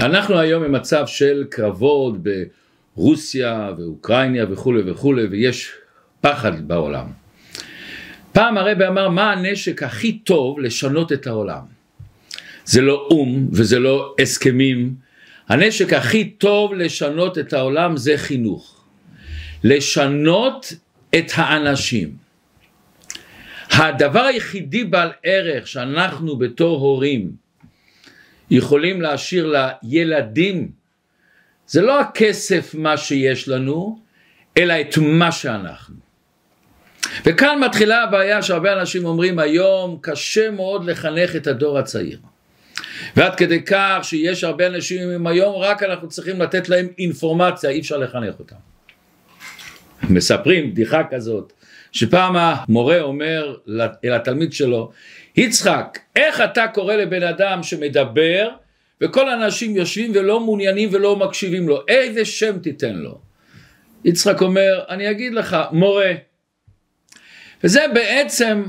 אנחנו היום במצב של קרבות ברוסיה ואוקראינה וכו' וכו', ויש פחד בעולם. פעם הרבי אמר, מה הנשק הכי טוב לשנות את העולם? זה לא וזה לא הסכמים. הנשק הכי טוב לשנות את העולם זה חינוך. לשנות את האנשים. הדבר היחידי בעל ערך שאנחנו בתור הורים יכולים להשאיר לילדים, זה לא הכסף מה שיש לנו, אלא את מה שאנחנו. וכאן מתחילה הבעיה שהרבה אנשים אומרים, היום קשה מאוד לחנך את הדור הצעיר. ועד כדי כך שיש הרבה אנשים עם היום, רק אנחנו צריכים לתת להם אינפורמציה, אי אפשר לחנך אותם. מספרים בדיחה כזאת, שפעם המורה אומר אל התלמיד שלו, יצחק, איך אתה קורא לבן אדם שמדבר, וכל האנשים יושבים ולא מעוניינים ולא מקשיבים לו, איזה שם תיתן לו? יצחק אומר, אני אגיד לך, מורה. וזה בעצם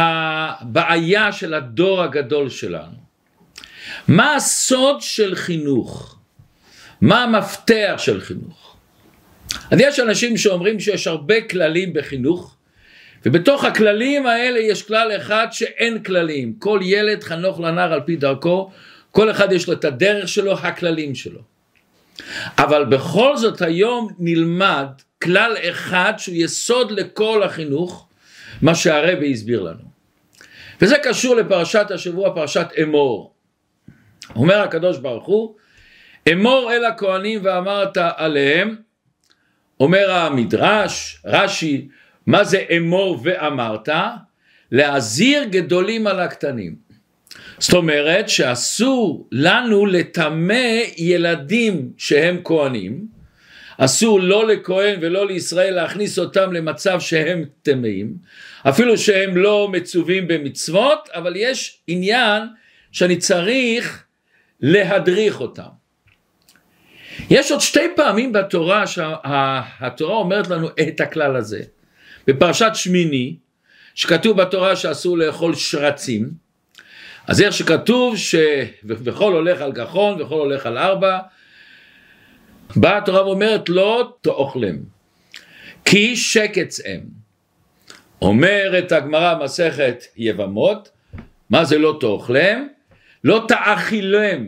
הבעיה של הדור הגדול שלנו. מה הסוד של חינוך? מה המפתח של חינוך? אז יש אנשים שאומרים שיש הרבה כללים בחינוך, ובתוך הכללים האלה יש כלל אחד שאין כללים. כל ילד חנוך לנער על פי דרכו, כל אחד יש לו את הדרך שלו, הכללים שלו. אבל בכל זאת היום נלמד כלל אחד שהוא יסוד לכל החינוך, מה שהרבי הסביר לנו. וזה קשור לפרשת השבוע, פרשת אמור. אומר הקדוש ברוך הוא, אמור אל הכהנים ואמרת עליהם, אומר המדרש, רש"י, מה זה אמור ואמרת? להזהיר גדולים על הקטנים. זאת אומרת שאסור לנו לטמא ילדים שהם כהנים, אסור לא לכהן ולא לישראל להכניס אותם למצב שהם טמאים, אפילו שהם לא מצווים במצוות, אבל יש עניין שאני צריך להדריך אותם. יש עוד שתי פעמים בתורה שהתורה אומרת לנו את הכלל הזה. בפרשת שמיני, שכתוב בתורה שאסור לאכול שרצים, אז איך שכתוב וכל הולך על גחון וכל הולך על ארבע, באה התורה ואומרת לא תאכלם, כי שקץ הם. אומרת הגמרא מסכת יבמות, מה זה לא תאכלם? לא תאכילם,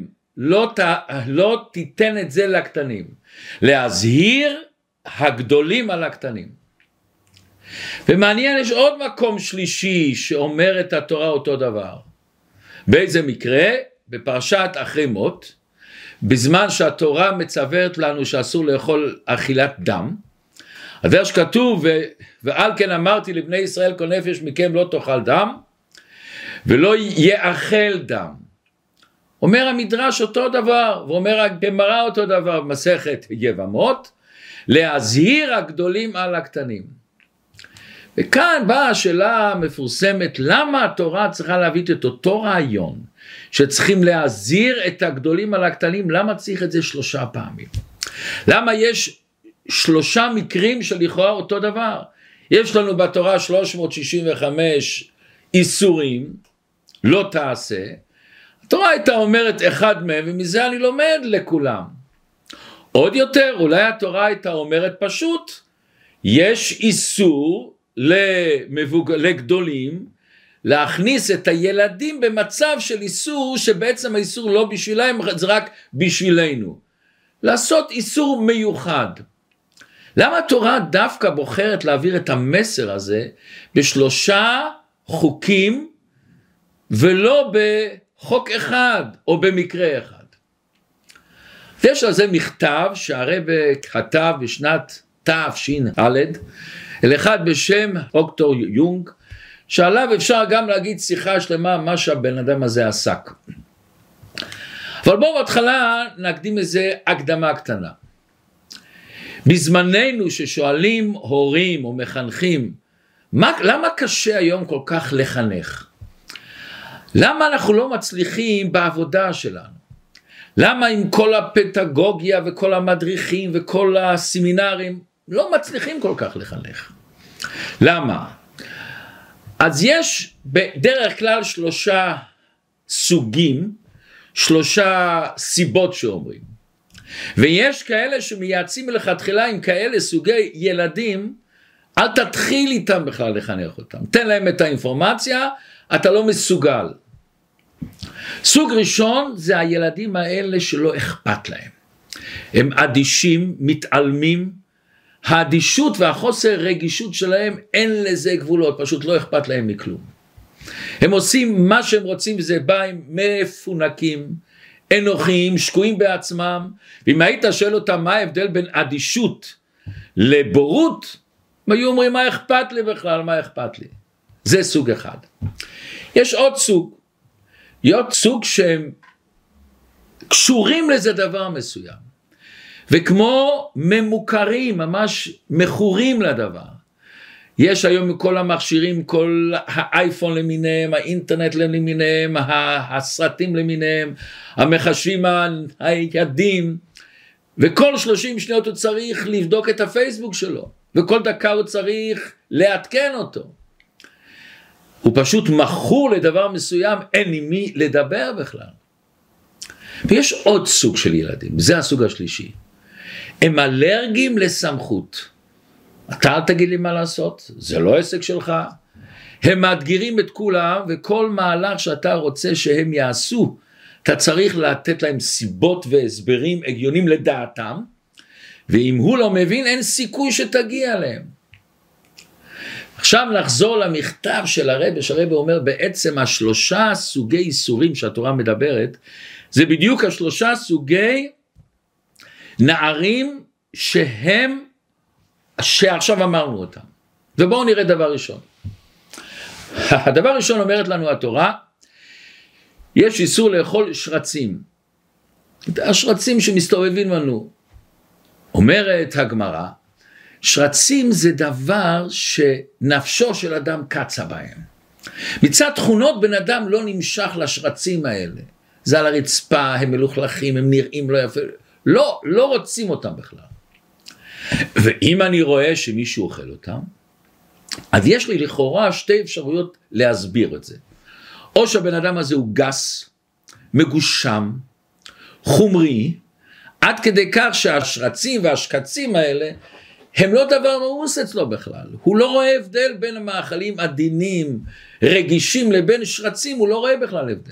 לא תיתן את זה לקטנים. להזהיר הגדולים על הקטנים. ומעניין, יש עוד מקום שלישי שאומר את התורה אותו דבר. באיזה מקרה? בפרשת אחרי מות, בזמן שהתורה מצוורת לנו שאסור לאכול אכילת דם, אז יש כתוב, ועל כן אמרתי לבני ישראל כל נפש מכם לא תאכל דם, ולא יאכל דם. אומר המדרש אותו דבר, ואומר הגמרא אותו דבר במסכת יבמות, להזהיר הגדולים על הקטנים. וכאן באה השאלה המפורסמת, למה התורה צריכה להביא את אותו רעיון, שצריכים להזהיר את הגדולים על הקטנים, למה צריך את זה 3 פעמים? למה יש 3 מקרים שלכאורה אותו דבר? יש לנו בתורה 365 איסורים, לא תעשה, התורה הייתה אומרת אחד מהם, ומזה אני לומד לכולם. עוד יותר, אולי התורה הייתה אומרת פשוט, יש איסור לגדולים, להכניס את הילדים במצב של איסור, שבעצם האיסור לא בשבילם, זה רק בשבילנו. לעשות איסור מיוחד. למה התורה דווקא בוחרת להעביר את המסר הזה, ב3 חוקים, ולא בחוק אחד, או במקרה אחד? יש על זה מכתב, שהרבי כתב בשנת תש"א, אל אחד בשם דוקטור יונג, שעליו אפשר גם להגיד שיחה שלמה מה שהבן אדם הזה עסק. אבל בואו בהתחלה נקדים איזה הקדמה קטנה. בזמננו ששואלים הורים או מחנכים, למה קשה היום כל כך לחנך? למה אנחנו לא מצליחים בעבודה שלנו? למה עם כל הפדגוגיה וכל המדריכים וכל הסמינרים לא מצליחים כל כך לחנך? למה? אז יש בדרך כלל 3 סוגים 3 סיבות שאומרים. ויש כאלה שמייעצים לכתחילה עם כאלה סוגי ילדים, אל תתחיל איתם בכלל לחנך אותם. תן להם את האינפורמציה, אתה לא מסוגל. סוג ראשון זה הילדים האלה שלא אכפת להם. הם אדישים, מתעלמים, האדישות והחוסר רגישות שלהם אין לזה גבולות, פשוט לא אכפת להם מכלום. הם עושים מה שהם רוצים וזה בא עם מפונקים, אנוכיים, שקועים בעצמם, ואם היית שואל אותם מה ההבדל בין אדישות לבורות, היו אומרים מה אכפת לי בכלל, מה אכפת לי. זה סוג אחד. יש עוד סוג שהם קשורים לזה דבר מסוים. וכמו ממוכרים, ממש מכורים לדבר. יש היום כל המכשירים, כל האייפון למיניהם, האינטרנט למיניהם, הסרטים למיניהם, המחשבים הידים, וכל 30 שניות הוא צריך לבדוק את הפייסבוק שלו, וכל דקה הוא צריך לעדכן אותו. הוא פשוט מכור לדבר מסוים, אין עם מי לדבר בכלל. ויש עוד סוג של ילדים, זה הסוג השלישי. הם אלרגיים לסמכות. אתה אל תגיד לי מה לעשות, זה לא עסק שלך. הם מאתגרים את כולם, וכל מהלך שאתה רוצה שהם יעשו, אתה צריך לתת להם סיבות והסברים הגיונים לדעתם, ואם הוא לא מבין, אין סיכוי שתגיע להם. עכשיו נחזור למכתב של הרב, שהרב אומר בעצם 3 סוגי איסורים שהתורה מדברת, זה בדיוק 3 סוגי נערים שעכשיו אמרנו אותם. ובואו נראה דבר ראשון. הדבר ראשון אומרת לנו התורה, יש איסור לאכול שרצים. השרצים שמסתובבים לנו. אומרת הגמרא, שרצים זה דבר שנפשו של אדם קצה בהם. מצד תכונות בן אדם לא נמשך לשרצים האלה. זה על הרצפה, הם מלוכלכים, הם נראים לא יפה. לא רוצים אותם בכלל. ואם אני רואה שמישהו אוכל אותם, אז יש לי לכאורה 2 אפשרויות להסביר את זה. או שהבן אדם הזה הוא גס, מגושם, חומרי, עד כדי כך שהשרצים והשקצים האלה, הם לא דבר מאוס אצלו בכלל. הוא לא רואה הבדל בין המאכלים עדינים, רגישים לבין שרצים, הוא לא רואה בכלל הבדל.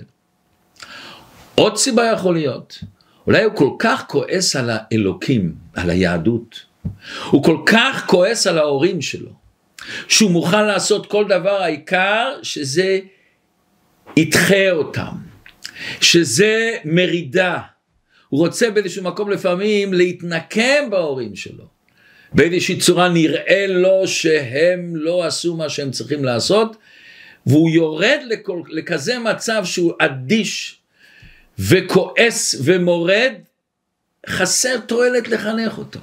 עוד סיבה יכול להיות, אולי הוא כל כך כועס על האלוקים, על היהדות, הוא כל כך כועס על ההורים שלו, שהוא מוכן לעשות כל דבר, העיקר שזה ידחה אותם, שזה מרידה, הוא רוצה באיזשהו מקום לפעמים להתנקם בהורים שלו, באיזושהי צורה נראה לו שהם לא עשו מה שהם צריכים לעשות, והוא יורד לכזה מצב שהוא אדיש, וכועס ומורד, חסר תועלת לחנך אותו.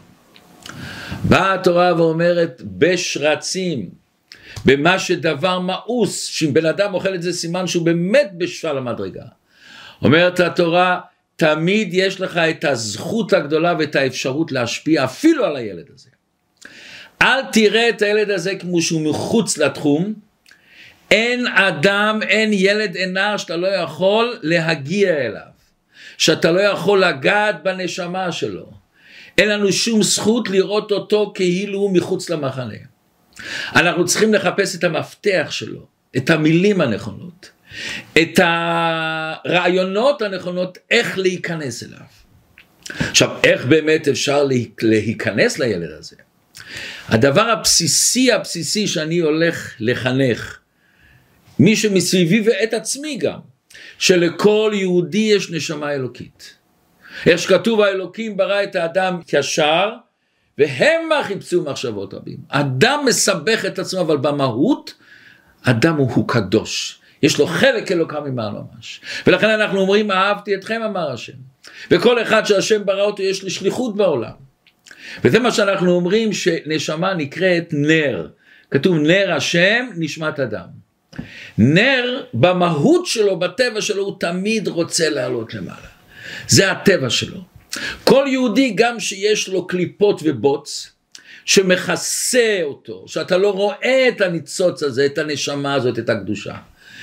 באה התורה ואומרת, בשרצים, במה שדבר מאוס, שאם בן אדם אוכל את זה סימן שהוא באמת בשפל המדרגה. אומרת התורה, תמיד יש לך את הזכות הגדולה ואת האפשרות להשפיע אפילו על הילד הזה. אל תראה את הילד הזה כמו שהוא מחוץ לתחום, אין אדם, אין ילד, אין נער שאתה לא יכול להגיע אליו, שאתה לא יכול לגעת בנשמה שלו. אין לנו שום זכות לראות אותו כאילו הוא מחוץ למחנה. אנחנו צריכים לחפש את המפתח שלו, את המילים הנכונות, את הרעיונות הנכונות, איך להיכנס אליו. עכשיו, איך באמת אפשר להיכנס לילד הזה? הדבר הבסיסי שאני הולך לחנך, מי שמסביבי ואת עצמי גם, שלכל יהודי יש נשמה אלוקית. יש כתוב האלוקים ברא את האדם ישר, והם חיפשו מחשבות רבים. אדם מסבך את עצמו, אבל במהות, אדם הוא קדוש. יש לו חלק אלוקה ממעל ממש. ולכן אנחנו אומרים, אהבתי אתכם, אמר השם. וכל אחד שהשם ברא אותו, יש לי שליחות בעולם. וזה מה שאנחנו אומרים, שנשמה נקראת נר. כתוב נר השם, נשמת אדם. נר במהות שלו, בטבע שלו, הוא תמיד רוצה לעלות למעלה. זה הטבע שלו. כל יהודי גם שיש לו קליפות ובוץ, שמכסה אותו, שאתה לא רואה את הניצוץ הזה, את הנשמה הזאת, את הקדושה.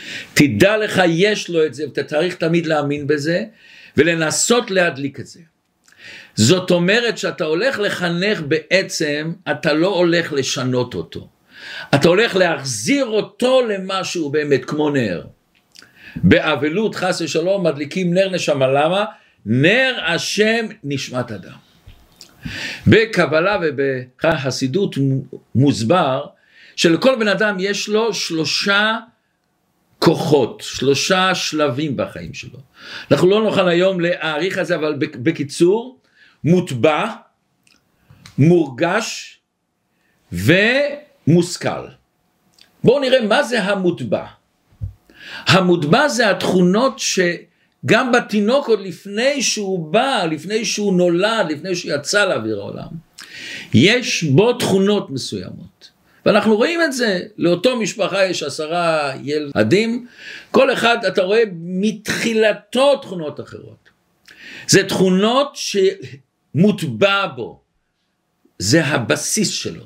תדע לך יש לו את זה, ואתה צריך תמיד להאמין בזה, ולנסות להדליק את זה. זאת אומרת שאתה הולך לחנך בעצם, אתה לא הולך לשנות אותו. אתה הולך להחזיר אותו למשהו באמת כמו נר. באבלות חס ושלום מדליקים נר נשמה, למה? נר השם נשמת אדם. בקבלה ובחסידות מוסבר שלכל בן אדם יש לו 3 כוחות, 3 שלבים בחיים שלו. אנחנו לא נוכל היום להעריך את זה, אבל בקיצור, מוטבע, מורגש ומושכל. בואו נראה מה זה המוטבע. המוטבע זה התכונות שגם בתינוק עוד לפני שהוא בא, לפני שהוא נולד, לפני שהוא יצא לאוויר העולם, יש בו תכונות מסוימות. ואנחנו רואים את זה, לאותו משפחה יש 10 ילדים, כל אחד אתה רואה מתחילתו תכונות אחרות. זה תכונות שמוטבע בו, זה הבסיס שלו.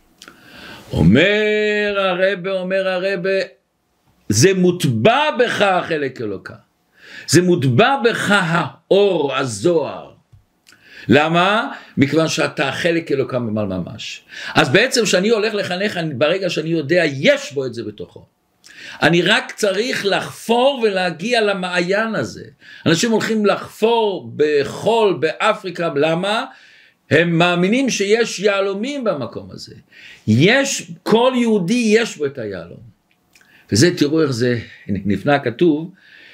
אומר הרבה, זה מוטבע בך החלק אלוקה, זה מוטבע בך האור, הזוהר. למה? מכיוון שאתה חלק אלוקה ממש. אז בעצם שאני הולך לחנך, ברגע שאני יודע, יש בו את זה בתוכו. אני רק צריך לחפור ולהגיע למעיין הזה. אנשים הולכים לחפור בחול, באפריקה, למה? הם מאמינים שיש יהלומים במקום הזה. כל יהודי יש בו את היהלום. וזה תראו איך זה נפנה כתוב,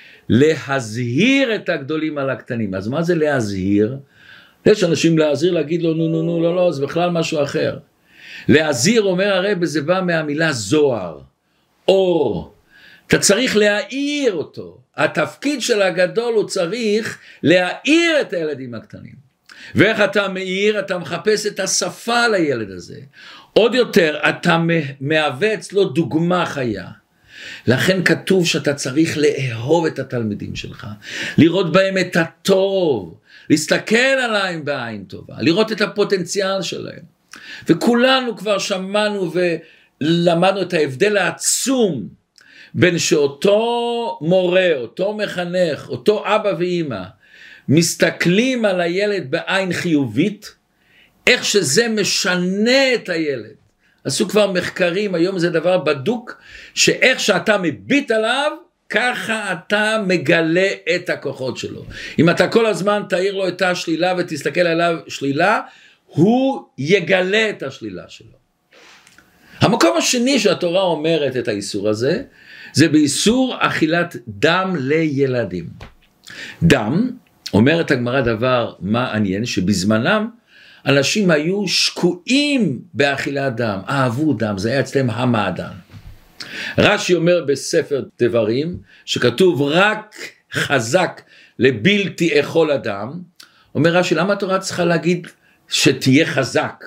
להזהיר את הגדולים על הקטנים. אז מה זה להזהיר? יש אנשים להזהיר, להגיד לו, נו, לא, זה בכלל משהו אחר. להזהיר, אומר הרב, זה בא מהמילה זוהר, אור. אתה צריך להאיר אותו. התפקיד של הגדול הוא צריך להאיר את הילדים הקטנים. ואיך אתה מאיר? אתה מחפש את השפה לילד הזה. עוד יותר, אתה מהווה אצלו דוגמה חיה. לכן כתוב שאתה צריך לאהוב את התלמידים שלך, לראות בהם את הטוב, להסתכל עליהם בעין טובה, לראות את הפוטנציאל שלהם. וכולנו כבר שמענו ולמדנו את ההבדל העצום בין שאותו מורה, אותו מחנך, אותו אבא ואמא, מסתכלים על הילד בעין חיובית, איך שזה משנה את הילד. עשו כבר מחקרים, היום זה דבר בדוק, שאיך שאתה מביט עליו, ככה אתה מגלה את הכוחות שלו. אם אתה כל הזמן תאיר לו את השלילה ותסתכל עליו שלילה, הוא יגלה את השלילה שלו. המקום השני שהתורה אומרת את האיסור הזה, זה באיסור אכילת דם לילדים. דם, אומרת הגמרא דבר מעניין, שבזמנם אנשים היו שקועים באכילת דם, אהבו דם, זה היה אצלם המעדן. רש"י אומר בספר דברים, שכתוב רק חזק לבלתי אכול אדם, אומר רש"י, למה התורה צריכה להגיד שתהיה חזק?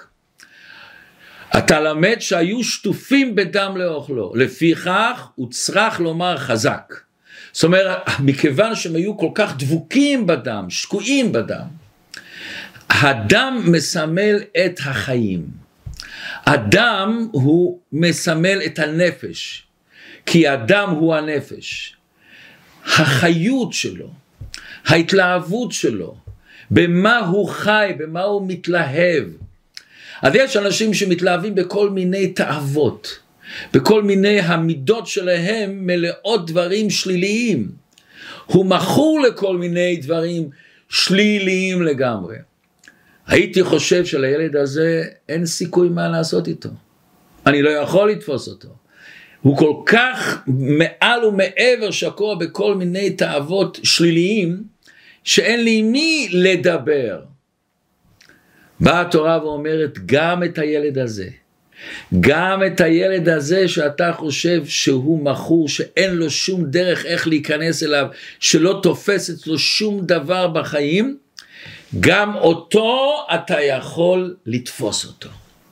אתה למד שהיו שטופים בדם לאוכלו, לפיכך הוא צריך לומר חזק. זאת אומרת, מכיוון שהם היו כל כך דבוקים בדם, שקועים בדם, הדם מסמל את החיים. הדם הוא מסמל את הנפש, כי הדם הוא הנפש. החיות שלו, ההתלהבות שלו, במה הוא חי, במה הוא מתלהב. אז יש אנשים שמתלהבים בכל מיני תאוות, בכל מיני המידות שלהם מלאות דברים שליליים. הוא מכור לכל מיני דברים שליליים לגמרי. הייתי חושב שלילד הזה אין סיכוי מה לעשות איתו. אני לא יכול לתפוס אותו. הוא כל כך מעל ומעבר שקוע בכל מיני תאוות שליליים, שאין לי מי לדבר. באה התורה ואומרת, גם את הילד הזה, גם את הילד הזה שאתה חושב שהוא מכור, שאין לו שום דרך איך להיכנס אליו, שלא תופס אצלו שום דבר בחיים, גם אותו אתה יכול לתפוס אותו.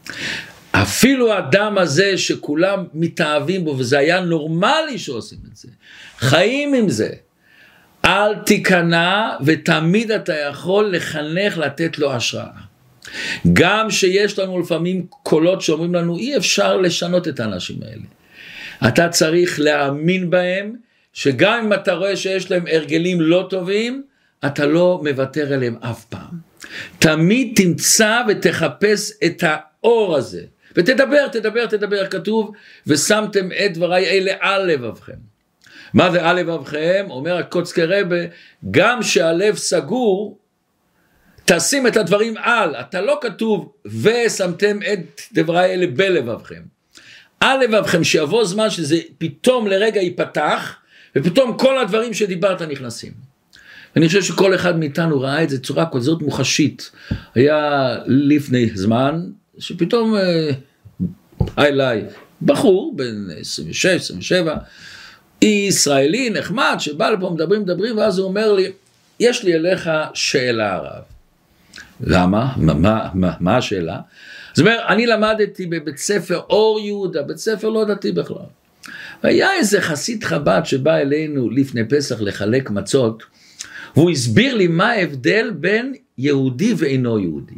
אפילו האדם הזה שכולם מתאהבים בו, וזה היה נורמלי שעושים את זה, חיים עם זה, אל תיכנע, ותמיד אתה יכול לחנך, לתת לו השראה. גם שיש לנו לפעמים קולות שאומרים לנו, אי אפשר לשנות את האנשים האלה. אתה צריך להאמין בהם, שגם אם אתה רואה שיש להם הרגלים לא טובים, אתה לא מוותר עליהם אף פעם. תמיד תמצא ותחפש את האור הזה, ותדבר, כתוב, ושמתם את דבריי אלה על לבבכם. מה זה על לבבכם? אומר הקוצקי רבה, גם שהלב סגור, תשים את הדברים על, אתה לא כתוב, ושמתם את דבריי אלה בלבבכם. על לבבכם, שיבוא זמן שזה פתאום לרגע ייפתח, ופתאום כל הדברים שדיברת נכנסים. אני חושב שכל אחד מאיתנו ראה את זה צורה כזאת מוחשית. היה לפני זמן, שפתאום אליי בחור, בן 26, 27, ישראלי נחמד, שבא לפה מדברים, ואז הוא אומר לי, יש לי אליך שאלה הרב. למה? מה השאלה? זאת אומרת, אני למדתי בבית ספר אור יהודה, בית ספר לא דתי בכלל. והיה איזה חסיד חב"ד שבא אלינו לפני פסח לחלק מצות, והוא הסביר לי מה ההבדל בין יהודי ואינו יהודי.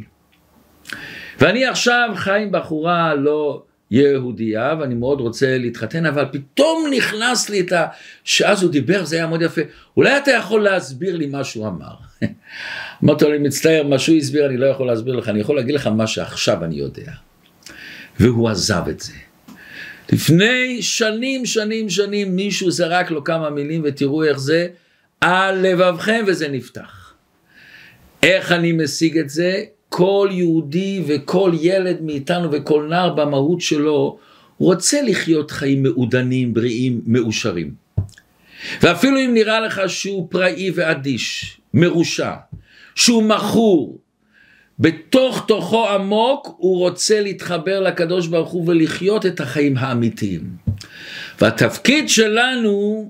ואני עכשיו חי עם בחורה לא יהודייה, ואני מאוד רוצה להתחתן, אבל פתאום נכנס לי שאז הוא דיבר, זה היה מאוד יפה, אולי אתה יכול להסביר לי מה שהוא אמר. אמרתי לו, אני מצטער, מה שהוא הסביר אני לא יכול להסביר לך, אני יכול להגיד לך מה שעכשיו אני יודע. והוא עזב את זה. לפני שנים מישהו זרק לו כמה מילים, ותראו איך זה, על לבבכם, וזה נפתח. איך אני משיג את זה? כל יהודי וכל ילד מאיתנו וכל נער במהות שלו, רוצה לחיות חיים מעודנים, בריאים, מאושרים. ואפילו אם נראה לך שהוא פראי ואדיש, מרושע, שהוא מכור, בתוך תוכו עמוק הוא רוצה להתחבר לקדוש ברוך הוא ולחיות את החיים האמיתיים. והתפקיד שלנו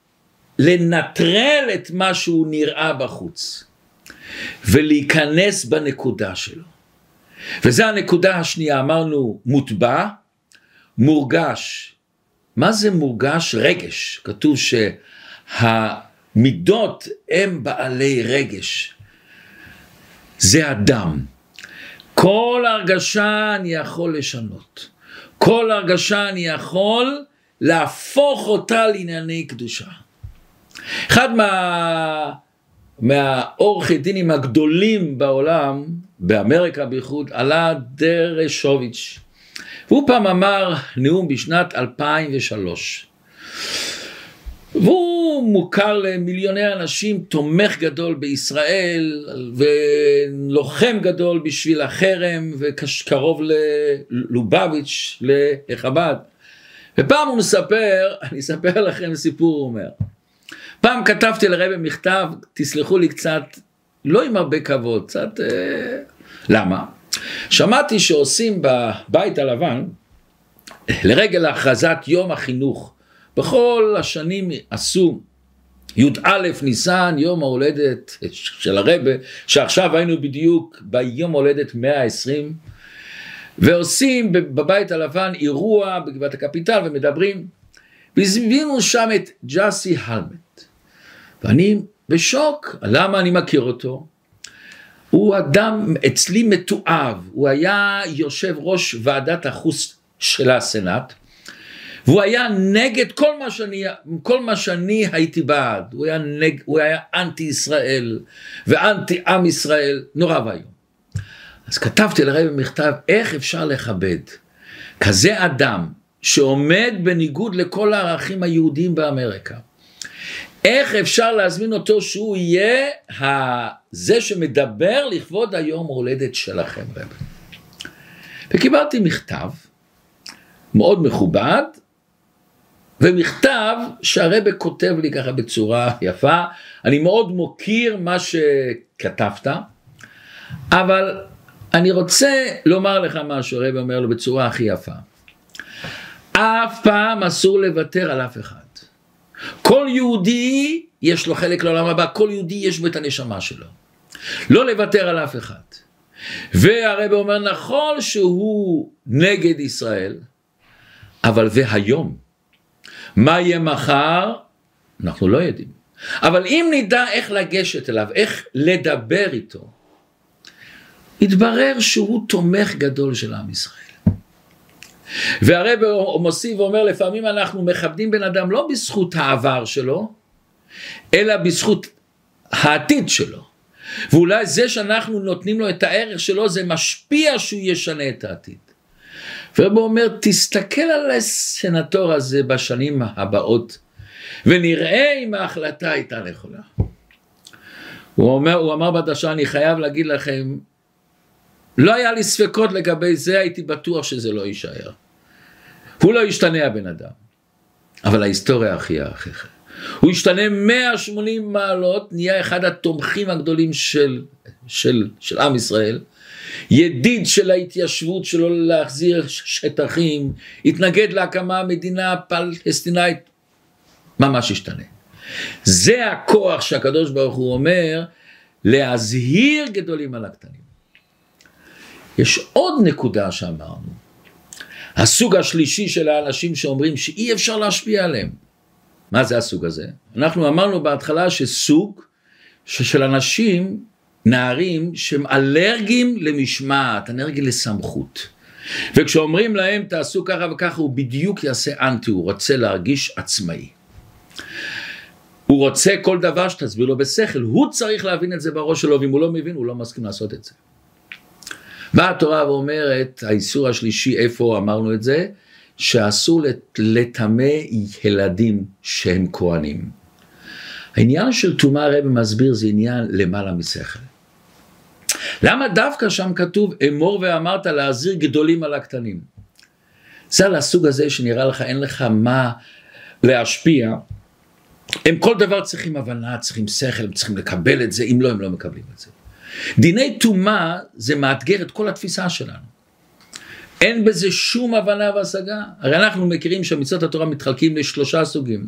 לנטרל את מה שהוא נראה בחוץ ולהיכנס בנקודה שלו. וזה הנקודה השנייה, אמרנו מוטבע, מורגש. מה זה מורגש? רגש. כתוב שהמידות הם בעלי רגש. זה אדם. כל הרגשה אני יכול לשנות. כל הרגשה אני יכול להפוך אותה לענייני קדושה. אחד מהעורכי דינים הגדולים בעולם, באמריקה בייחוד, עלה דרשוביץ'. והוא פעם אמר נאום בשנת 2003. והוא מוכר למיליוני אנשים, תומך גדול בישראל, ולוחם גדול בשביל החרם, וקרוב ללובביץ' לחב"ד. ופעם הוא מספר, אני אספר לכם סיפור, הוא אומר. פעם כתבתי לרבי מכתב, תסלחו לי קצת, לא עם הרבה כבוד, קצת, למה? שמעתי שעושים בבית הלבן, לרגל הכרזת יום החינוך, בכל השנים עשו י"א ניסן, יום ההולדת של הרבי, שעכשיו היינו בדיוק ביום הולדת 120, ועושים בבית הלבן אירוע בגבעת הקפיטל ומדברים, והזמינו שם את ג'סי הלמט. ואני בשוק, למה אני מכיר אותו? הוא אדם אצלי מתואב, הוא היה יושב ראש ועדת החוץ של הסנאט, והוא היה נגד כל מה שאני הייתי בעד, הוא היה אנטי ישראל, ואנטי עם ישראל, נורא והיום. אז כתבתי לרבי מכתב, איך אפשר לכבד כזה אדם, שעומד בניגוד לכל הערכים היהודיים באמריקה, איך אפשר להזמין אותו שהוא יהיה זה שמדבר לכבוד היום הולדת שלכם רבי. וקיבלתי מכתב מאוד מכובד, ומכתב שהרבי כותב לי ככה בצורה יפה, אני מאוד מוקיר מה שכתבת, אבל אני רוצה לומר לך משהו, הרבי אומר לו בצורה הכי יפה, אף פעם אסור לוותר על אף אחד. כל יהודי יש לו חלק לעולם הבא, כל יהודי יש בו את הנשמה שלו. לא לוותר על אף אחד. והרבי אומר נכון שהוא נגד ישראל, אבל והיום, מה יהיה מחר? אנחנו לא יודעים. אבל אם נדע איך לגשת אליו, איך לדבר איתו, יתברר שהוא תומך גדול של עם ישראל. והרב מוסיף ואומר, לפעמים אנחנו מכבדים בן אדם לא בזכות העבר שלו, אלא בזכות העתיד שלו. ואולי זה שאנחנו נותנים לו את הערך שלו, זה משפיע שהוא ישנה את העתיד. והרב אומר, תסתכל על הסנטור הזה בשנים הבאות, ונראה אם ההחלטה הייתה נכונה. הוא אמר בדרשה, אני חייב להגיד לכם, לא היה לי ספקות לגבי זה, הייתי בטוח שזה לא יישאר. הוא לא ישתנה הבן אדם, אבל ההיסטוריה הכי. הוא ישתנה 180 מעלות, נהיה אחד התומכים הגדולים של עם ישראל, ידיד של ההתיישבות שלו להחזיר שטחים, התנגד להקמה מדינה פלסטינאית, ממש ישתנה. זה הכוח שהקדוש ברוך הוא אומר, להזהיר גדולים על הקטנים. יש עוד נקודה שאמרנו, הסוג השלישי של האנשים שאומרים שאי אפשר להשפיע עליהם. מה זה הסוג הזה? אנחנו אמרנו בהתחלה שסוג של אנשים, נערים, שהם אלרגיים למשמעת, אלרגיים לסמכות. וכשאומרים להם תעשו ככה וככה, הוא בדיוק יעשה אנטי, הוא רוצה להרגיש עצמאי. הוא רוצה כל דבר שתסביר לו בשכל, הוא צריך להבין את זה בראש שלו, ואם הוא לא מבין, הוא לא מסכים לעשות את זה. באה התורה ואומרת, האיסור השלישי, איפה אמרנו את זה? שאסור לטמא ילדים שהם כהנים. העניין של טומאה הרב מסביר, זה עניין למעלה משכל. למה דווקא שם כתוב, אמור ואמרת להזהיר גדולים על הקטנים? זה על הסוג הזה שנראה לך, אין לך מה להשפיע, הם כל דבר צריכים הבנה, צריכים שכל, הם צריכים לקבל את זה, אם לא, הם לא מקבלים את זה. דיני טומאה זה מאתגר את כל התפיסה שלנו. אין בזה שום הבנה והשגה. הרי אנחנו מכירים שמצוות התורה מתחלקים לשלושה סוגים.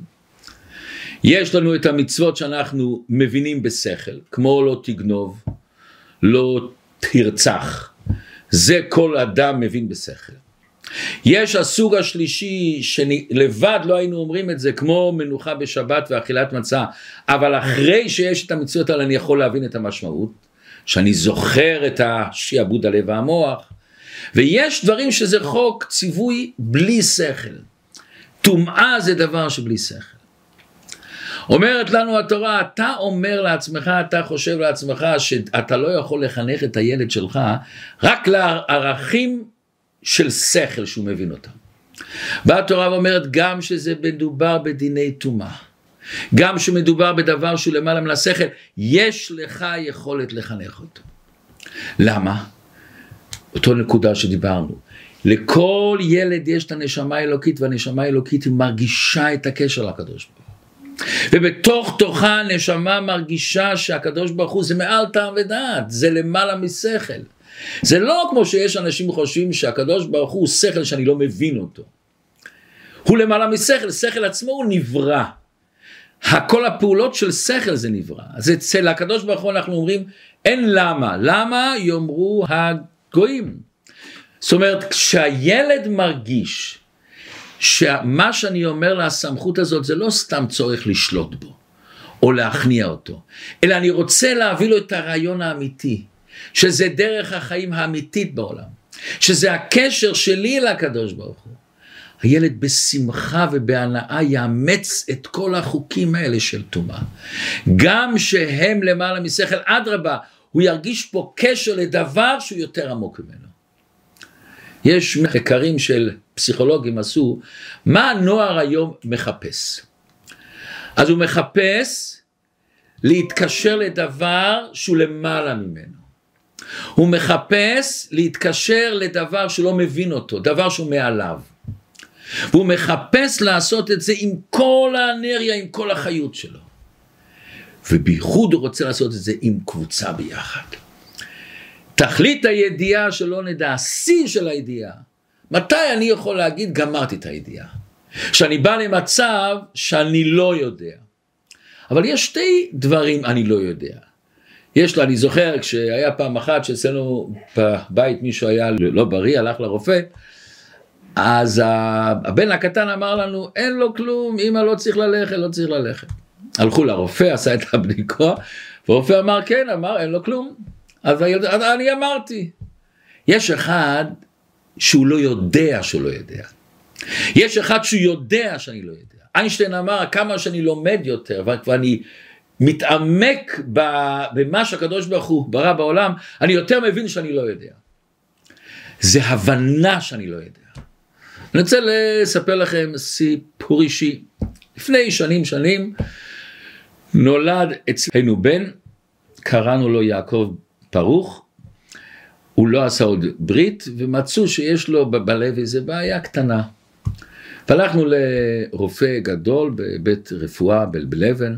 יש לנו את המצוות שאנחנו מבינים בשכל, כמו לא תגנוב, לא תרצח. זה כל אדם מבין בשכל. יש הסוג השלישי שלבד לא היינו אומרים את זה, כמו מנוחה בשבת ואכילת מצה, אבל אחרי שיש את המצוות האלה אני יכול להבין את המשמעות, שאני זוכר את השעבוד הלב והמוח, ויש דברים שזה חוק ציווי בלי שכל. טומאה זה דבר שבלי שכל. אומרת לנו התורה, אתה אומר לעצמך, אתה חושב לעצמך שאתה לא יכול לחנך את הילד שלך רק לערכים של שכל שהוא מבין אותם. באה התורה ואומרת גם שזה מדובר בדיני טומאה, גם שמדובר בדבר שהוא למעלה מן השכל, יש לך יכולת לחנך אותו. למה? אותו נקודה שדיברנו. לכל ילד יש את הנשמה האלוקית, והנשמה האלוקית היא מרגישה את הקשר לקדוש ברוך הוא. ובתוך תוכה הנשמה מרגישה שהקדוש ברוך הוא זה מעל טעם ודעת, זה למעלה משכל. זה לא כמו שיש אנשים חושבים שהקדוש ברוך הוא שכל שאני לא מבין אותו. הוא למעלה משכל, שכל עצמו הוא נברא. כל הפעולות של שכל זה נברא. אז אצל הקדוש ברוך הוא אנחנו אומרים, אין למה. למה יאמרו הגויים? זאת אומרת, כשהילד מרגיש שמה שאני אומר לסמכות הזאת זה לא סתם צורך לשלוט בו, או להכניע אותו, אלא אני רוצה להביא לו את הרעיון האמיתי, שזה דרך החיים האמיתית בעולם, שזה הקשר שלי לקדוש ברוך הוא. הילד בשמחה ובהנאה יאמץ את כל החוקים האלה של טומאה. גם שהם למעלה משכל, אדרבה, הוא ירגיש פה קשר לדבר שהוא יותר עמוק ממנו. יש מחקרים של פסיכולוגים עשו, מה הנוער היום מחפש? אז הוא מחפש להתקשר לדבר שהוא למעלה ממנו. הוא מחפש להתקשר לדבר שלא מבין אותו, דבר שהוא מעליו. והוא מחפש לעשות את זה עם כל האנרגיה, עם כל החיות שלו. ובייחוד הוא רוצה לעשות את זה עם קבוצה ביחד. תכלית הידיעה שלא נדע, השיא של הידיעה. מתי אני יכול להגיד גמרתי את הידיעה? שאני בא למצב שאני לא יודע. אבל יש שתי דברים אני לא יודע. יש לה, אני זוכר כשהיה פעם אחת שאצלנו בבית מישהו היה לא בריא, הלך לרופא, אז הבן הקטן אמר לנו, אין לו כלום, אמא לא צריך ללכת, לא צריך ללכת. הלכו לרופא, עשה את הבדיקה, והרופא אמר, כן, אמר, אין לו כלום. אז אני אמרתי, יש אחד שהוא לא יודע שהוא לא יודע. יש אחד שהוא יודע שאני לא יודע. איינשטיין אמר, כמה שאני לומד יותר, ואני מתעמק במה שהקדוש ברוך הוא ברא בעולם, אני יותר מבין שאני לא יודע. זה הבנה שאני לא יודע. אני רוצה לספר לכם סיפור אישי. לפני שנים נולד אצלנו בן, קראנו לו יעקב ברוך, הוא לא עשה עוד ברית, ומצאו שיש לו בלב איזו בעיה קטנה. והלכנו לרופא גדול בבית רפואה בלבן,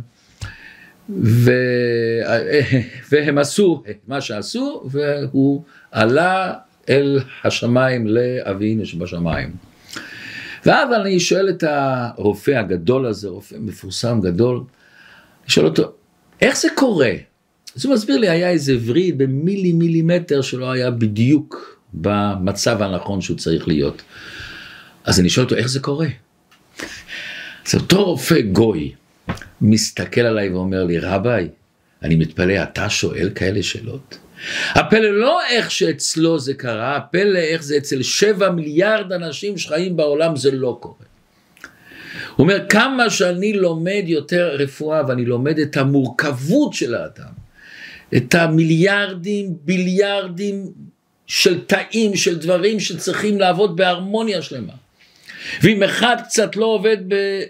והם עשו מה שעשו, והוא עלה אל השמיים לאבינו שבשמיים. ואז אני שואל את הרופא הגדול הזה, רופא מפורסם גדול, אני שואל אותו, איך זה קורה? אז הוא מסביר לי, היה איזה וריד במילימטר שלא היה בדיוק במצב הנכון שהוא צריך להיות. אז אני שואל אותו, איך זה קורה? אז אותו רופא גוי מסתכל עליי ואומר לי, רבי, אני מתפלא, אתה שואל כאלה שאלות? הפלא לא איך שאצלו זה קרה, הפלא איך זה אצל 7 מיליארד אנשים שחיים בעולם זה לא קורה. הוא אומר, כמה שאני לומד יותר רפואה ואני לומד את המורכבות של האדם, את המיליארדים, ביליארדים של תאים, של דברים שצריכים לעבוד בהרמוניה שלמה. ואם אחד קצת לא עובד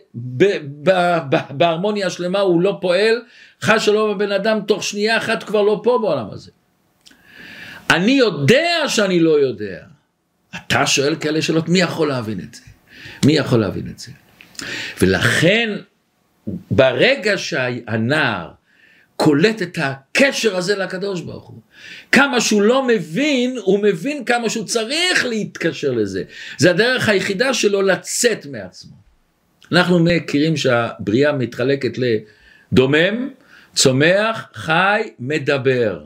בהרמוניה שלמה, הוא לא פועל, חס שלום הבן אדם תוך שנייה אחת כבר לא פה בעולם הזה. אני יודע שאני לא יודע. אתה שואל כאלה שאלות, מי יכול להבין את זה? מי יכול להבין את זה? ולכן, ברגע שהנער קולט את הקשר הזה לקדוש ברוך הוא, כמה שהוא לא מבין, הוא מבין כמה שהוא צריך להתקשר לזה. זה הדרך היחידה שלו לצאת מעצמו. אנחנו מכירים שהבריאה מתחלקת לדומם, צומח, חי, מדבר.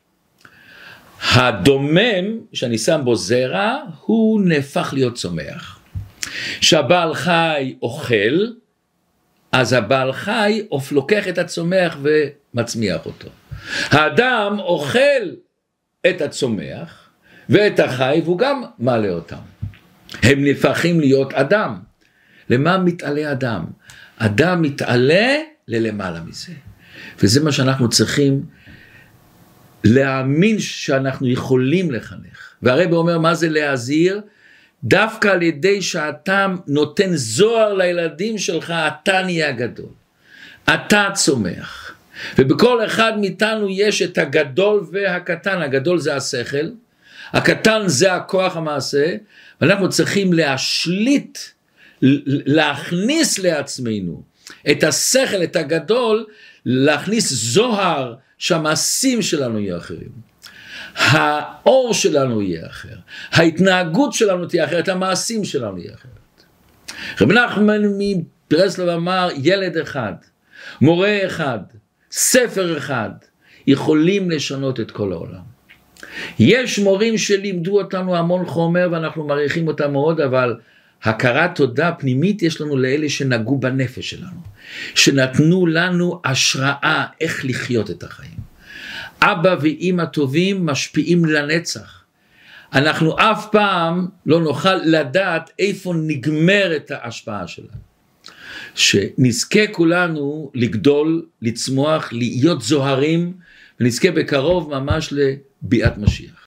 הדומם, שאני שם בו זרע, הוא נהפך להיות צומח. שהבעל חי אוכל, אז הבעל חי לוקח את הצומח ומצמיח אותו. האדם אוכל את הצומח ואת החי, והוא גם מעלה אותם. הם נהפכים להיות אדם. למה מתעלה אדם? אדם מתעלה ללמעלה מזה. וזה מה שאנחנו צריכים להאמין שאנחנו יכולים לחנך. והרב אומר מה זה להזהיר? דווקא על ידי שאתה נותן זוהר לילדים שלך, אתה נהיה גדול. אתה צומח. ובכל אחד מאיתנו יש את הגדול והקטן. הגדול זה השכל, הקטן זה הכוח המעשה, ואנחנו צריכים להשליט, להכניס לעצמנו את השכל, את הגדול, להכניס זוהר שהמעשים שלנו יהיו אחרים. האור שלנו יהיה אחר, ההתנהגות שלנו תהיה אחרת, המעשים שלנו יהיה אחרת. רב נחמן מברסלב אמר, ילד אחד, מורה אחד, ספר אחד, יכולים לשנות את כל העולם. יש מורים שלימדו אותנו המון חומר ואנחנו מעריכים אותם מאוד, אבל הכרת תודה פנימית יש לנו לאלה שנגעו בנפש שלנו, שנתנו לנו השראה איך לחיות את החיים. אבא ואמא טובים משפיעים לנצח. אנחנו אף פעם לא נוכל לדעת איפה נגמרת ההשפעה שלנו. שנזכה כולנו לגדול, לצמוח, להיות זוהרים, ונזכה בקרוב ממש לביאת משיח.